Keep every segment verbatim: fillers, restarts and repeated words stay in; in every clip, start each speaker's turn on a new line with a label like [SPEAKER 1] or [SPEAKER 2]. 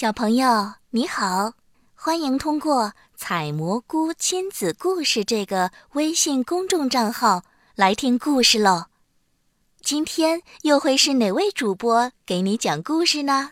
[SPEAKER 1] 小朋友你好，欢迎通过采蘑菇亲子故事这个微信公众账号来听故事喽。今天又会是哪位主播给你讲故事呢？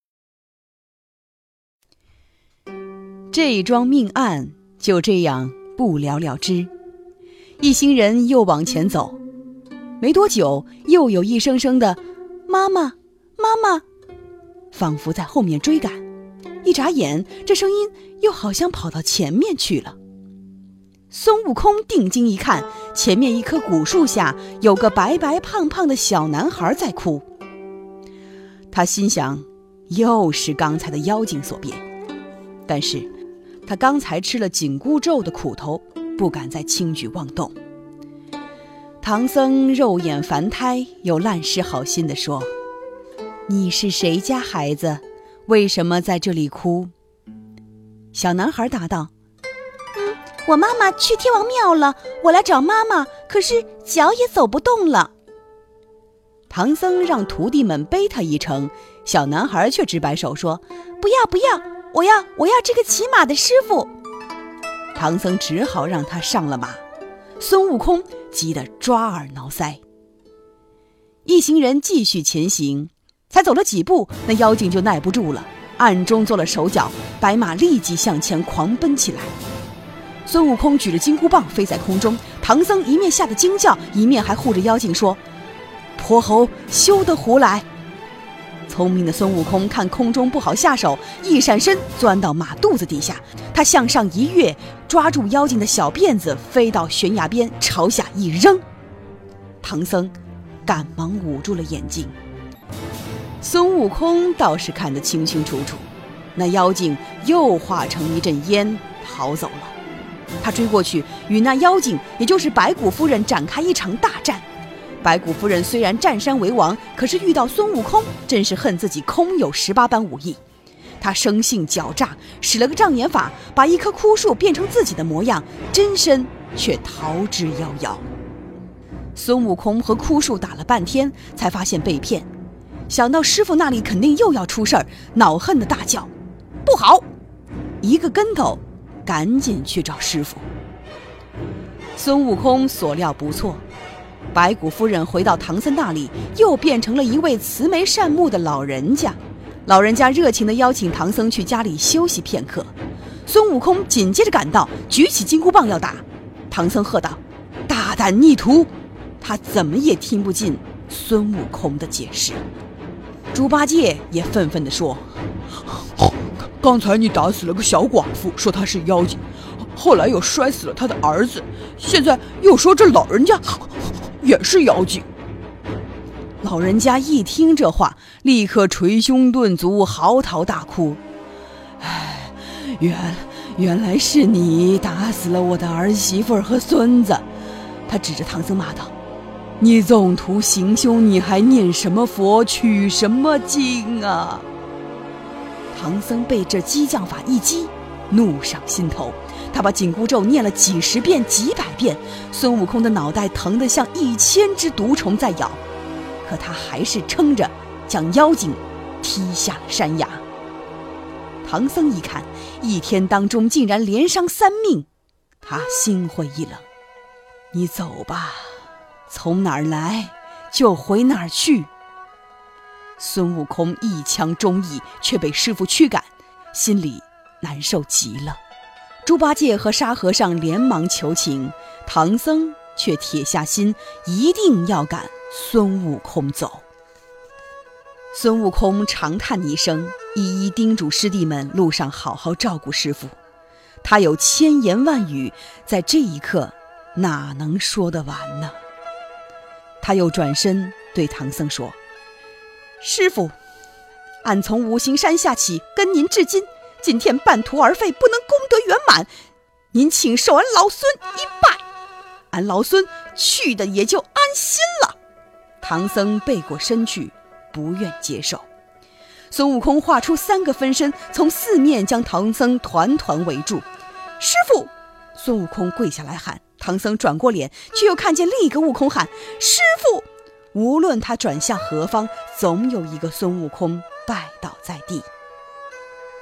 [SPEAKER 2] 这桩命案就这样不了了之，一行人又往前走，没多久又有一声声的妈妈妈妈，仿佛在后面追赶，一眨眼这声音又好像跑到前面去了。孙悟空定睛一看，前面一棵古树下有个白白胖胖的小男孩在哭。他心想，又是刚才的妖精所变，但是他刚才吃了紧箍咒的苦头，不敢再轻举妄动。唐僧肉眼凡胎，又烂失好心地说：你是谁家孩子？为什么在这里哭？小男孩答道：嗯，我妈妈去天王庙了，我来找妈妈，可是脚也走不动了。唐僧让徒弟们背他一程，小男孩却直摆手说：不要不要，我要我要这个骑马的师傅。唐僧只好让他上了马。孙悟空急得抓耳挠腮。一行人继续前行，才走了几步，那妖精就耐不住了，暗中做了手脚，白马立即向前狂奔起来。孙悟空举着金箍棒飞在空中，唐僧一面吓得惊叫，一面还护着妖精说：泼猴休得胡来。聪明的孙悟空看空中不好下手，一闪身钻到马肚子底下，他向上一跃，抓住妖精的小辫子，飞到悬崖边朝下一扔。唐僧赶忙捂住了眼睛。孙悟空倒是看得清清楚楚，那妖精又化成一阵烟逃走了。他追过去，与那妖精也就是白骨夫人展开一场大战。白骨夫人虽然占山为王，可是遇到孙悟空，真是恨自己空有十八般武艺。他生性狡诈，使了个障眼法，把一棵枯树变成自己的模样，真身却逃之夭夭。孙悟空和枯树打了半天，才发现被骗，想到师傅那里肯定又要出事儿，恼恨的大叫：不好！一个跟头，赶紧去找师傅。孙悟空所料不错，白骨夫人回到唐僧那里，又变成了一位慈眉善目的老人家。老人家热情地邀请唐僧去家里休息片刻。孙悟空紧接着赶到，举起金箍棒要打。唐僧喝道：大胆逆徒！他怎么也听不进孙悟空的解释。猪八戒也愤愤地说：刚才你打死了个小寡妇，说她是妖精，后来又摔死了他的儿子，现在又说这老人家也是妖精。老人家一听这话，立刻捶胸顿足，嚎啕大哭：唉，原原来是你打死了我的儿媳妇和孙子。他指着唐僧骂道：你纵图行凶，你还念什么佛，取什么经啊？唐僧被这激将法一激，怒上心头，他把紧箍咒念了几十遍几百遍，孙悟空的脑袋疼得像一千只毒虫在咬，可他还是撑着将妖精踢下了山崖。唐僧一看，一天当中竟然连伤三命，他心灰意冷。你走吧，从哪儿来就回哪儿去。孙悟空一腔忠义，却被师父驱赶，心里难受极了。猪八戒和沙和尚连忙求情，唐僧却铁下心，一定要赶孙悟空走。孙悟空长叹一声，一一叮嘱师弟们路上好好照顾师父。他有千言万语，在这一刻哪能说得完呢？他又转身对唐僧说：师父，俺从五行山下起跟您至今，今天半途而废，不能功德圆满，您请受俺老孙一拜，俺老孙去的也就安心了。唐僧背过身去，不愿接受。孙悟空画出三个分身，从四面将唐僧团团围住。师父！孙悟空跪下来喊，唐僧转过脸，却又看见另一个悟空喊：师父！无论他转向何方，总有一个孙悟空拜倒在地。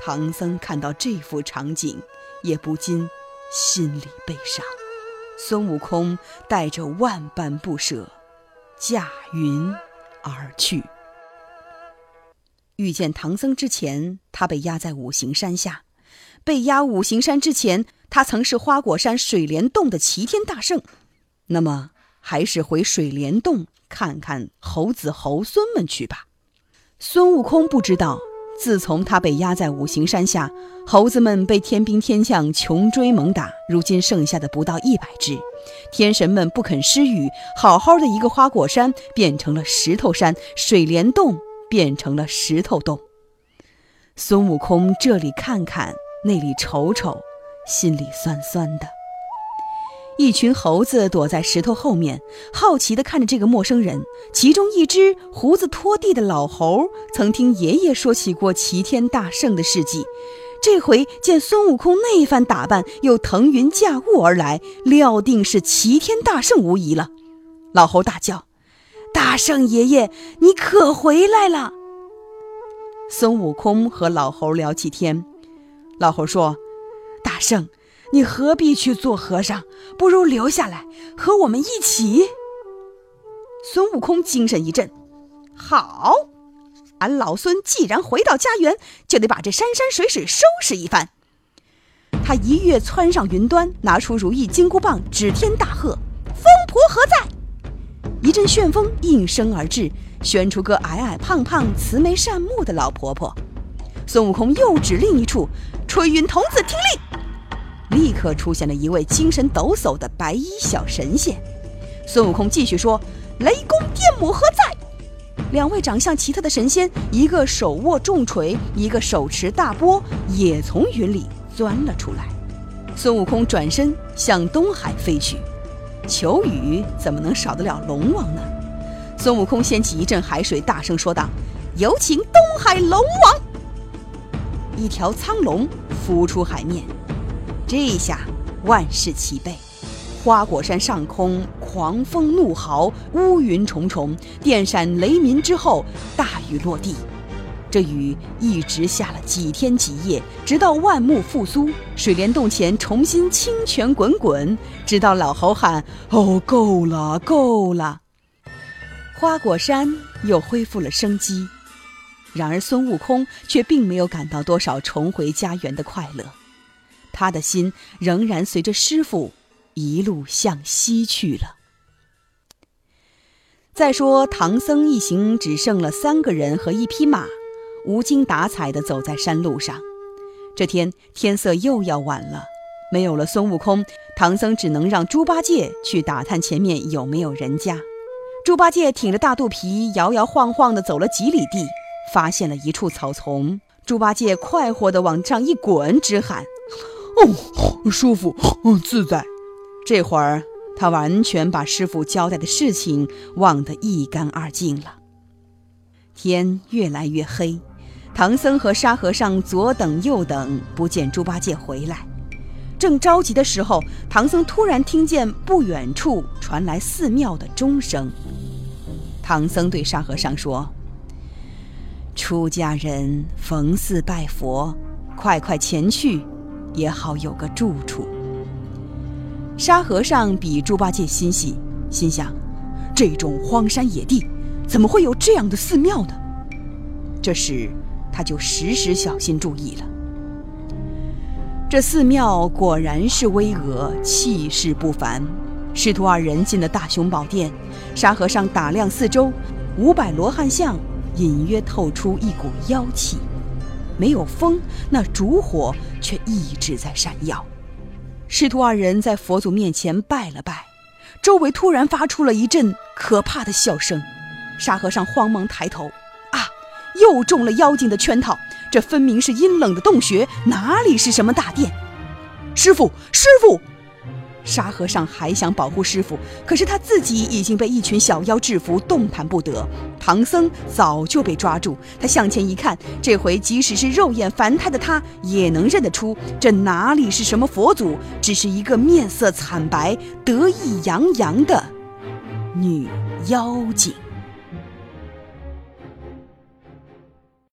[SPEAKER 2] 唐僧看到这幅场景，也不禁心里悲伤。孙悟空带着万般不舍，驾云而去。遇见唐僧之前，他被压在五行山下；被压五行山之前，他曾是花果山水帘洞的齐天大圣。那么，还是回水帘洞看看猴子猴孙们去吧。孙悟空不知道，自从他被压在五行山下，猴子们被天兵天将穷追猛打，如今剩下的不到一百只。天神们不肯施雨，好好的一个花果山变成了石头山，水帘洞变成了石头洞。孙悟空这里看看，那里瞅瞅，心里酸酸的。一群猴子躲在石头后面，好奇地看着这个陌生人。其中一只胡子拖地的老猴曾听爷爷说起过齐天大圣的事迹，这回见孙悟空那番打扮，又腾云驾雾而来，料定是齐天大圣无疑了。老猴大叫：大圣爷爷，你可回来了！孙悟空和老猴聊起天。老猴说：大圣，你何必去做和尚，不如留下来和我们一起。孙悟空精神一振：好，俺老孙既然回到家园，就得把这山山水水收拾一番。他一跃窜上云端，拿出如意金箍棒，指天大喝：疯婆何在？一阵旋风应声而至，旋出个矮矮胖胖慈眉善目的老婆婆。孙悟空又指另一处：吹云童子听令！立刻出现了一位精神抖擞的白衣小神仙。孙悟空继续说：雷公电母何在？两位长相奇特的神仙，一个手握重锤，一个手持大钵，也从云里钻了出来。孙悟空转身向东海飞去。求雨怎么能少得了龙王呢？孙悟空掀起一阵海水，大声说道：有请东海龙王！一条苍龙浮出海面。这一下万事齐备，花果山上空狂风怒号，乌云重重，电闪雷鸣之后，大雨落地。这雨一直下了几天几夜，直到万木复苏，水帘洞前重新清泉滚滚，直到老猴喊：哦，够了够了！花果山又恢复了生机。然而孙悟空却并没有感到多少重回家园的快乐，他的心仍然随着师父一路向西去了。再说唐僧一行只剩了三个人和一匹马，无精打采地走在山路上。这天天色又要晚了，没有了孙悟空，唐僧只能让猪八戒去打探前面有没有人家。猪八戒挺着大肚皮，摇摇晃晃地走了几里地，发现了一处草丛。猪八戒快活地往上一滚，直喊：哦，师傅，自在！这会儿他完全把师傅交代的事情忘得一干二净了。天越来越黑，唐僧和沙和尚左等右等，不见猪八戒回来。正着急的时候，唐僧突然听见不远处传来寺庙的钟声。唐僧对沙和尚说：出家人逢寺拜佛，快快前去，也好有个住处。沙和尚比猪八戒心细，心想：这种荒山野地，怎么会有这样的寺庙呢？这时他就时时小心注意了。这寺庙果然是巍峨，气势不凡。师徒二人进了大雄宝殿，沙和尚打量四周，五百罗汉像隐约透出一股妖气，没有风，那烛火却一直在闪耀。师徒二人在佛祖面前拜了拜，周围突然发出了一阵可怕的笑声。沙和尚慌忙抬头，啊，又中了妖精的圈套，这分明是阴冷的洞穴，哪里是什么大殿？师父，师父！沙和尚还想保护师父，可是他自己已经被一群小妖制服，动弹不得。唐僧早就被抓住，他向前一看，这回即使是肉眼凡胎的他也能认得出，这哪里是什么佛祖，只是一个面色惨白、得意洋洋的女妖精。